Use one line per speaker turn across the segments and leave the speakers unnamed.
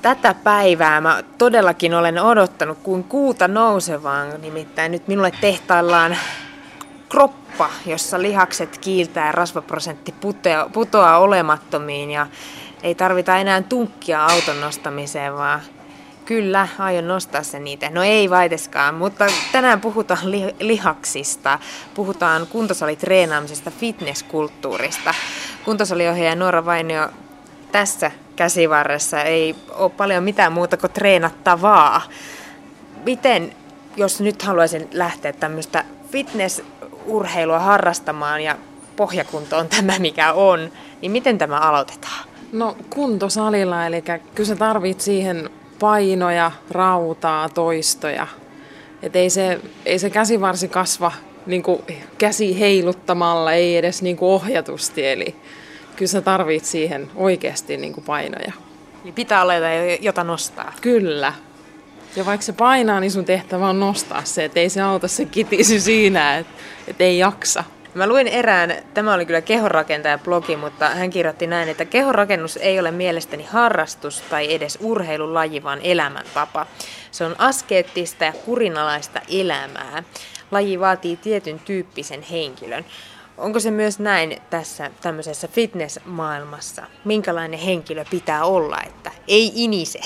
Tätä päivää mä todellakin olen odottanut kuin kuuta nousevaan, nimittäin nyt minulle tehtaillaan kroppa, jossa lihakset kiiltää ja rasvaprosentti putoaa olemattomiin ja ei tarvita enää tunkkia auton nostamiseen, vaan kyllä, aion nostaa sen niitä. No ei vaiteskaan, mutta tänään puhutaan lihaksista, puhutaan kuntosalitreenaamisesta, fitnesskulttuurista. Kuntosaliohjaaja Noora Vainio tässä käsivarressa ei ole paljon mitään muuta kuin treenattavaa. Miten, jos nyt haluaisin lähteä tämmöistä fitnessurheilua harrastamaan ja pohjakunto on tämä mikä on, niin miten tämä aloitetaan?
No kuntosalilla, eli kyllä sä tarvit siihen painoja, rautaa, toistoja. Et ei se käsivarsi kasva niin kuin käsi heiluttamalla, ei edes niin kuin ohjatusti, eli kyllä sä tarvit siihen oikeasti niin kuin painoja.
Niin pitää olla jota nostaa.
Kyllä. Ja vaikka se painaa, niin sun tehtävä on nostaa se, että ei se auta se kitisi siinä, että ei jaksa.
Mä luin erään, tämä oli kyllä kehonrakentaja-blogi, mutta hän kirjoitti näin, että kehonrakennus ei ole mielestäni harrastus tai edes urheilulaji, vaan elämäntapa. Se on askeettista ja kurinalaista elämää. Laji vaatii tietyn tyyppisen henkilön. Onko se myös näin tässä tämmöisessä fitness-maailmassa? Minkälainen henkilö pitää olla, että ei inise?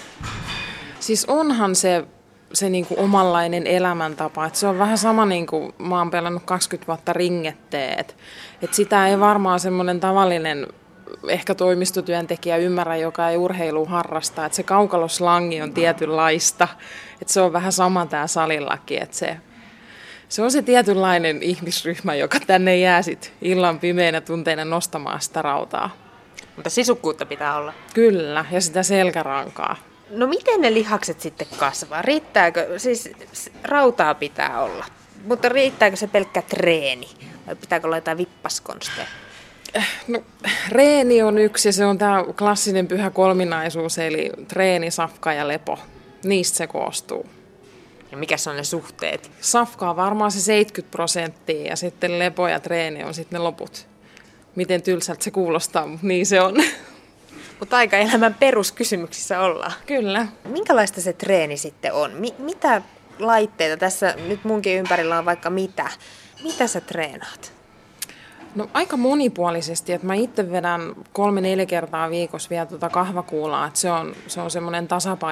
Siis onhan se niinku omanlainen elämäntapa. Et se on vähän sama, niin kuin mä oon pelannut 20 vuotta ringetteet. Et sitä ei varmaan semmoinen tavallinen ehkä toimistotyöntekijä ymmärrä, joka ei urheilua harrasta. Et se kaukaloslangi on tietynlaista. Et se on vähän sama tää salillakin. Et se on se tietynlainen ihmisryhmä, joka tänne jää sit illan pimeinä tunteina nostamaan sitä rautaa.
Mutta sisukkuutta pitää olla.
Kyllä, ja sitä selkärankaa.
No miten ne lihakset sitten kasvaa? Riittääkö, siis rautaa pitää olla, mutta riittääkö se pelkkä treeni? Vai pitääkö olla jotain vippaskonsteja?
No reeni on yksi ja se on tämä klassinen pyhä kolminaisuus, eli treeni, safka ja lepo. Niistä se koostuu.
Ja mikä on ne suhteet?
Safka on varmaan se 70% ja sitten lepo ja treeni on sitten ne loput. Miten tylsältä se kuulostaa, mutta niin se on.
Mutta aika elämän peruskysymyksissä ollaan.
Kyllä.
Minkälaista se treeni sitten on? Mitä laitteita tässä nyt munkin ympärillä on vaikka mitä? Mitä sä treenaat?
No aika monipuolisesti, että mä itse vedän 3-4 kertaa viikossa vielä kahvakuulaa, että se on semmoinen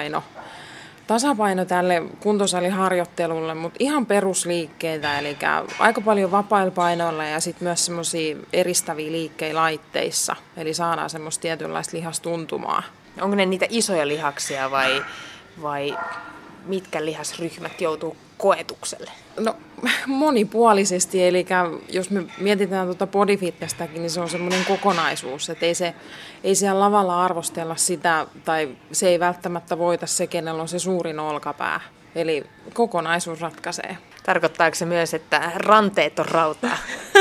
tasapaino tälle kuntosaliharjoittelulle, mutta ihan perusliikkeitä, eli aika paljon vapailla painoilla ja sitten myös semmoisia eristäviä liikkeitä laitteissa, eli saadaan semmoista tietynlaista lihastuntumaa.
Onko ne niitä isoja lihaksia vai mitkä lihasryhmät joutuu koetukselle?
No monipuolisesti, eli jos me mietitään bodyfitnesstäkin, niin se on semmoinen kokonaisuus, että ei siellä lavalla arvostella sitä, tai se ei välttämättä voita se, kenellä on se suurin olkapää. Eli kokonaisuus ratkaisee.
Tarkoittaako se myös, että ranteet on rautaa?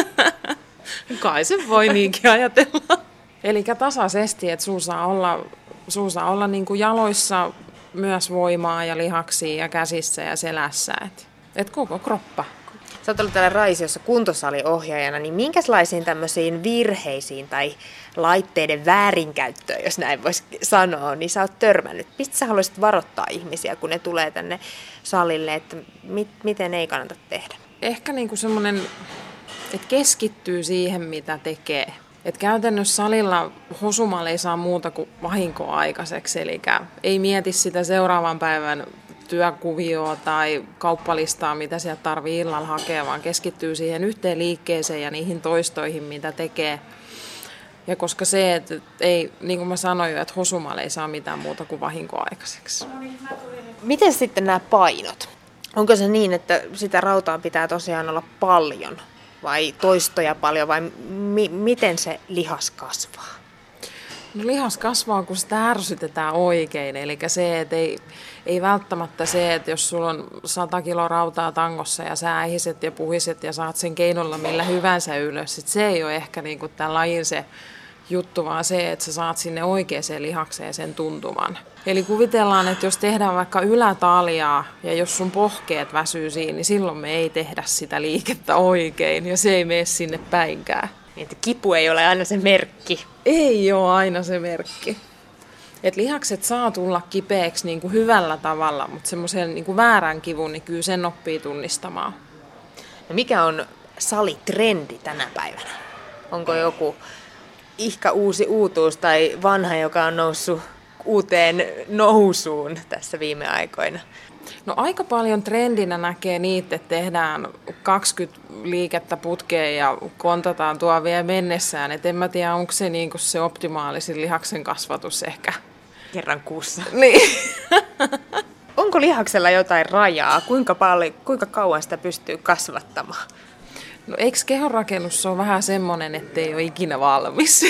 Kai se voi niinkin ajatella. Eli tasaisesti, että sulla saa olla niin kuin jaloissa myös voimaa ja lihaksia ja käsissä ja selässä. Et koko kroppa.
Sä oot ollut täällä Raisiossa kuntosaliohjaajana, niin minkälaisiin tämmöisiin virheisiin tai laitteiden väärinkäyttöön, jos näin voisi sanoa, niin sä oot törmännyt? Mistä sä haluaisit varoittaa ihmisiä, kun ne tulee tänne salille, että miten ei kannata tehdä?
Ehkä niinku semmoinen, että keskittyy siihen, mitä tekee. Et käytännössä salilla hosumalla ei saa muuta kuin vahinkoa aikaiseksi, eli ei mieti sitä seuraavan päivän työkuvioa tai kauppalistaa, mitä sieltä tarvii illalla hakea, vaan keskittyy siihen yhteen liikkeeseen ja niihin toistoihin, mitä tekee. Ja koska se, että ei, niin kuin mä sanoin jo, että hosumalla ei saa mitään muuta kuin vahinkoa aikaiseksi.
Miten sitten nämä painot? Onko se niin, että sitä rautaa pitää tosiaan olla paljon vai toistoja paljon vai miten se lihas kasvaa?
No lihas kasvaa, kun sitä ärsytetään oikein, eli se, että ei välttämättä se, että jos sulla on 100 kiloa rautaa tangossa ja sä ähiset ja puhiset ja saat sen keinolla millä hyvänsä ylös, että se ei ole ehkä niinku tämän lajin se juttu, vaan se, että sä saat sinne oikeaan lihakseen sen tuntuman. Eli kuvitellaan, että jos tehdään vaikka ylätaljaa ja jos sun pohkeet väsyy siinä, niin silloin me ei tehdä sitä liikettä oikein ja se ei mene sinne päinkään.
Että kipu ei ole aina se merkki.
Ei ole aina se merkki. Et lihakset saa tulla kipeäksi niin kuin hyvällä tavalla, mutta semmoisen niin kuin väärän kivun, niin kyllä sen oppii tunnistamaan.
No mikä on salitrendi tänä päivänä? Onko joku ihka uusi uutuus tai vanha, joka on noussut uuteen nousuun tässä viime aikoina?
No aika paljon trendinä näkee niitä, että tehdään 20 liikettä putkeen ja kontataan tuo vielä mennessään. Et en mä tiedä, onko se niinku se optimaalisin lihaksen kasvatus ehkä.
Kerran kuussa.
Niin.
Onko lihaksella jotain rajaa? Kuinka kauan sitä pystyy kasvattamaan?
No eikö kehonrakennus ole vähän semmoinen, ettei ole ikinä valmis?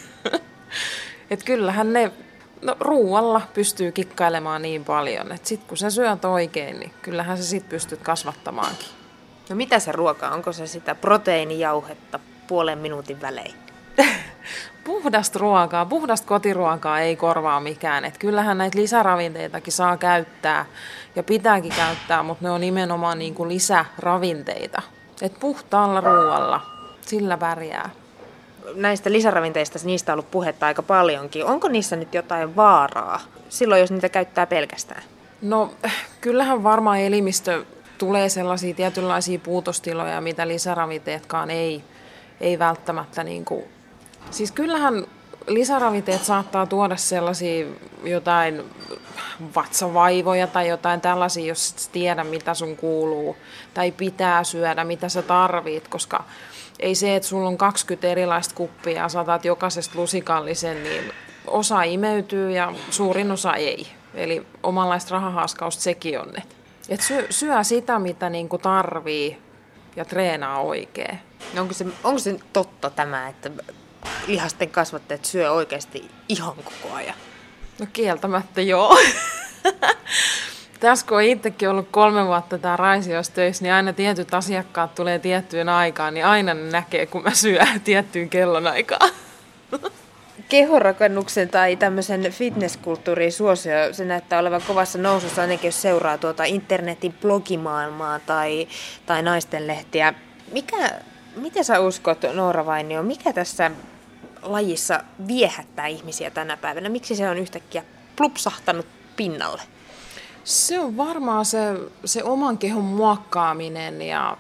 Et kyllähän ne ruualla pystyy kikkailemaan niin paljon, että sit kun sä syöt oikein, niin kyllähän sä sit pystyt kasvattamaankin.
No mitä se ruoka? Onko se sitä proteiinijauhetta puolen minuutin välein?
Puhdasta ruokaa, puhdasta kotiruokaa ei korvaa mikään. Et kyllähän näitä lisäravinteitakin saa käyttää ja pitääkin käyttää, mutta ne on nimenomaan niin kuin lisäravinteita. Et puhtaalla ruoalla, sillä pärjää.
Näistä lisäravinteista niistä on ollut puhetta aika paljonkin. Onko niissä nyt jotain vaaraa silloin, jos niitä käyttää pelkästään?
No kyllähän varmaan elimistö tulee sellaisia tietynlaisia puutostiloja, mitä lisäravinteetkaan ei välttämättä niin kuin. Siis kyllähän lisäravinteet saattaa tuoda sellaisia jotain vatsavaivoja tai jotain tällaisia, jos et tiedä mitä sun kuuluu tai pitää syödä, mitä sä tarvit, koska ei se, että sulla on 20 erilaista kuppia ja saatat jokaisesta lusikallisen, niin osa imeytyy ja suurin osa ei. Eli omanlaista rahahaskausta sekin on. Et syö sitä, mitä niinku tarvii ja treenaa oikein.
Onko se totta tämä, että lihasten kasvattajat syö oikeasti ihan koko ajan?
No kieltämättä joo. Tässä kun on itsekin ollut 3 vuotta tää Raisiossa töissä, niin aina tietyt asiakkaat tulee tiettyyn aikaan, niin aina ne näkee, kun mä syön tiettyyn kellonaikaan.
Kehonrakennuksen tai tämmöisen fitnesskulttuurin suosio, se näyttää olevan kovassa nousussa, ainakin jos seuraa tuota internetin blogimaailmaa tai naistenlehtiä. Mitä sä uskot, Noora Vainio, mikä tässä lajissa viehättää ihmisiä tänä päivänä? Miksi se on yhtäkkiä plupsahtanut pinnalle?
Se on varmaan se oman kehon muokkaaminen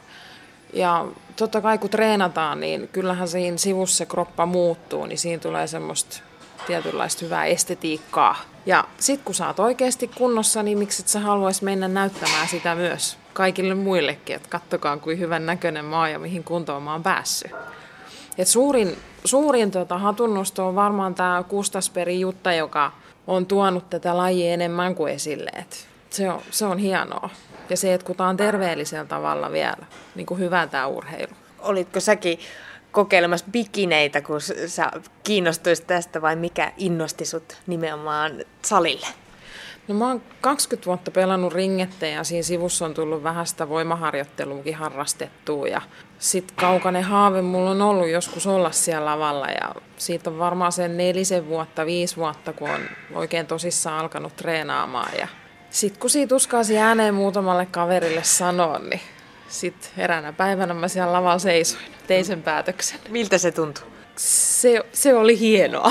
ja totta kai kun treenataan, niin kyllähän siinä sivussa se kroppa muuttuu, niin siinä tulee semmoista tietynlaista hyvää estetiikkaa. Ja sit kun sä oot oikeasti kunnossa, niin miksi et sä haluaisi mennä näyttämään sitä myös kaikille muillekin, että kattokaa kuin hyvän näköinen mä oon ja mihin kuntoon mä oon päässyt. Et suurin hatunnosto on varmaan tämä Kustasperin Jutta, joka on tuonut tätä lajia enemmän kuin esille. Et se on hienoa. Ja se, että kun tämä on terveellisellä tavalla vielä, niin kuin hyvä tämä urheilu.
Olitko säkin kokeilemassa bikineitä, kun sä kiinnostuisit tästä, vai mikä innosti sut nimenomaan salille?
No mä oon 20 vuotta pelannut ringettä ja siinä sivussa on tullut vähän sitä voimaharjoitteluakin harrastettua. Ja sitten kaukainen haave mulla on ollut joskus olla siellä lavalla ja siitä on varmaan sen 4 vuotta, 5 vuotta, kun on oikein tosissaan alkanut treenaamaan. Ja sitten kun siitä uskalsi ääneen muutamalle kaverille sanoa, niin sitten eräänä päivänä mä siellä lavalla seisoin, tein sen päätöksen.
Miltä se tuntui?
Se oli hienoa.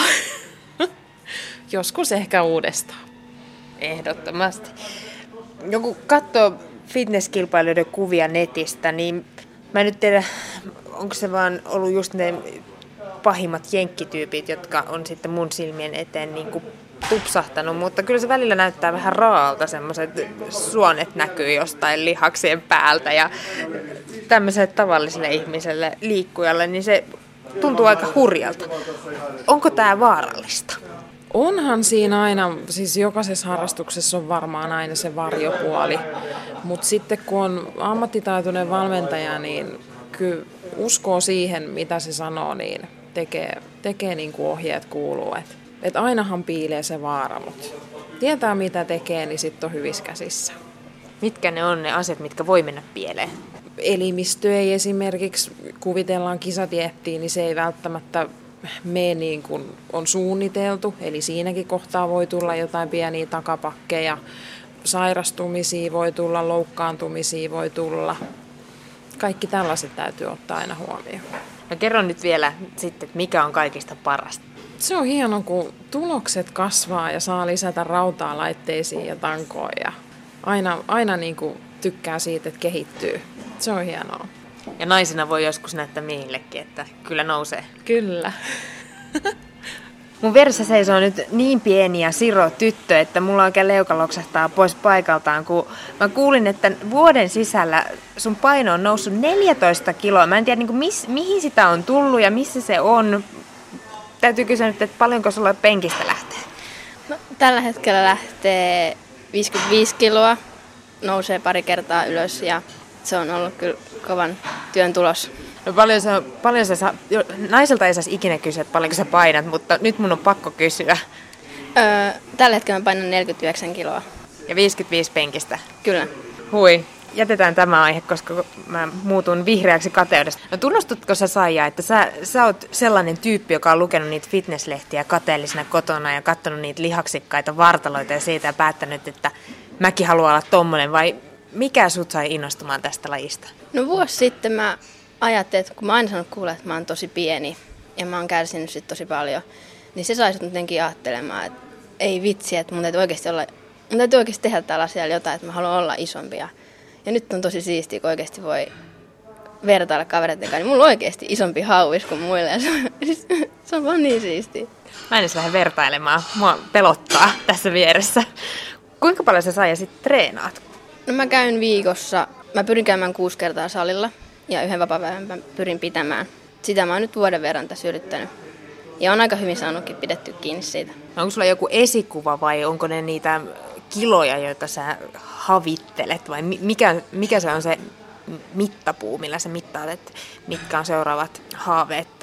Joskus ehkä uudestaan.
Ehdottomasti. Joku katsoo fitnesskilpailijoiden kuvia netistä, niin mä en nyt tiedä, onko se vaan ollut just ne pahimmat jenkkityypit, jotka on sitten mun silmien eteen niin kuin tupsahtanut, mutta kyllä se välillä näyttää vähän raalta, semmoiset suonet näkyy jostain lihaksien päältä ja tämmöiselle tavalliselle ihmiselle liikkujalle, niin se tuntuu aika hurjalta. Onko tämä vaarallista?
Onhan siinä aina, siis jokaisessa harrastuksessa on varmaan aina se varjopuoli, mutta sitten kun on ammattitaitoinen valmentaja, niin kyllä uskoo siihen, mitä se sanoo, niin tekee niin kuin ohjeet kuuluu. Et ainahan piilee se vaara, mutta tietää mitä tekee, niin sitten on hyvissä käsissä.
Mitkä ne on ne asiat, mitkä voi mennä pieleen?
Elimistö ei esimerkiksi, kuvitellaan kisadiettiin, niin se ei välttämättä mene niin kuin on suunniteltu. Eli siinäkin kohtaa voi tulla jotain pieniä takapakkeja, sairastumisia voi tulla, loukkaantumisia voi tulla. Kaikki tällaiset täytyy ottaa aina huomioon.
No kerro nyt vielä sitten, että mikä on kaikista parasta.
Se on hieno, kun tulokset kasvaa ja saa lisätä rautaa laitteisiin ja tankoon. Ja aina niin kuin tykkää siitä, että kehittyy. Se on hienoa.
Ja naisina voi joskus näyttää miehillekin, että kyllä nousee.
Kyllä.
Mun vieressä seisoo nyt niin pieni ja siro tyttö, että mulla oikein leuka loksahtaa pois paikaltaan, kun mä kuulin, että vuoden sisällä sun paino on noussut 14 kiloa. Mä en tiedä, mihin sitä on tullut ja missä se on. Täytyy kysyä nyt, että paljonko sulla penkistä lähtee?
No, tällä hetkellä lähtee 55 kiloa, nousee pari kertaa ylös ja se on ollut kyllä kovan työn tulos.
No naiselta ei saisi ikinä kysyä, että paljonko sä painat, mutta nyt mun on pakko kysyä.
Tällä hetkellä mä painan 49 kiloa.
Ja 55 penkistä?
Kyllä.
Hui. Jätetään tämä aihe, koska mä muutun vihreäksi kateudesta. No tunnustutko sä, Saija, että sä oot sellainen tyyppi, joka on lukenut niitä fitnesslehtiä kateellisena kotona ja katsonut niitä lihaksikkaita vartaloita ja siitä ja päättänyt, että mäkin haluan olla tommonen, vai mikä sut sai innostumaan tästä lajista?
No vuosi sitten mä ajattelin, että kun mä aina sanonut kuulla, että mä oon tosi pieni ja mä oon kärsinyt sit tosi paljon, niin se sai sut jotenkin ajattelemaan, että ei vitsi, että mun täytyy oikeasti tehdä tällä asialla jotain, että mä haluan olla isompi. Ja nyt on tosi siistiä, kun oikeasti voi vertailla kavereiden kanssa. Niin mulla on oikeasti isompi hauis kuin muille. Ja se on vaan niin siistiä.
Mä en edes lähde vertailemaan. Mua pelottaa tässä vieressä. Kuinka paljon sä Saija sitten treenaat?
No mä käyn viikossa. Mä pyrin käymään 6 kertaa salilla. Ja yhden vapaapäivän mä pyrin pitämään. Sitä mä oon nyt vuoden verran tässä yrittänyt. Ja on aika hyvin saanutkin pidetty kiinni siitä.
Onko sulla joku esikuva vai onko ne niitä kiloja, joita sä havittelet? Vai mikä se on se mittapuu, millä sä mittaat, että mitkä on seuraavat haaveet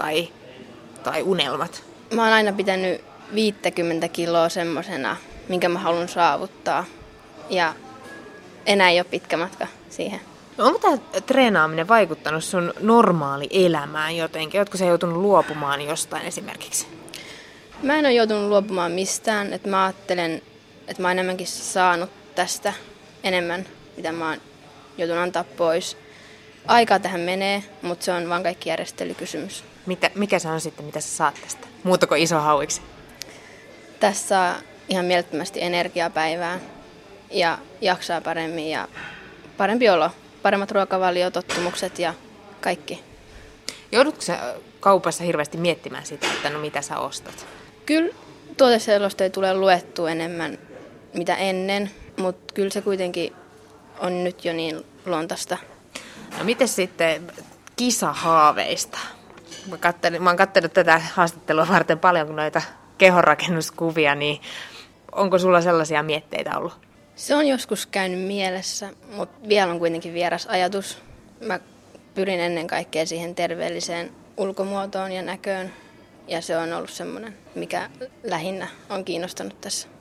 tai unelmat?
Mä oon aina pitänyt 50 kiloa semmosena, minkä mä haluan saavuttaa. Ja enää ei ole pitkä matka siihen.
No onko tämä treenaaminen vaikuttanut sun normaali elämään jotenkin? Ootko sä joutunut luopumaan jostain esimerkiksi?
Mä en ole joutunut luopumaan mistään. Että mä ajattelen, että mä oon enemmänkin saanut tästä enemmän, mitä mä oon joutunut antaa pois. Aikaa tähän menee, mutta se on vaan kaikki järjestelykysymys.
Mikä se on sitten, mitä sä saat tästä? Muuta kuin iso hauiksi?
Tässä saa ihan mielettömästi energiaa päivään ja jaksaa paremmin ja parempi olo. Paremmat ruokavaliotottumukset ja kaikki.
Joudutko sä kaupassa hirveästi miettimään sitä, että no mitä sä ostat?
Kyllä tuoteselosteja tulee luettua enemmän mitä ennen, mutta kyllä se kuitenkin on nyt jo niin luontaista.
No miten sitten kisahaaveista? Mä oon katsonut tätä haastattelua varten paljon noita kehonrakennuskuvia, niin onko sulla sellaisia mietteitä ollut?
Se on joskus käynyt mielessä, mutta vielä on kuitenkin vieras ajatus. Mä pyrin ennen kaikkea siihen terveelliseen ulkomuotoon ja näköön. Ja se on ollut semmoinen, mikä lähinnä on kiinnostanut tässä.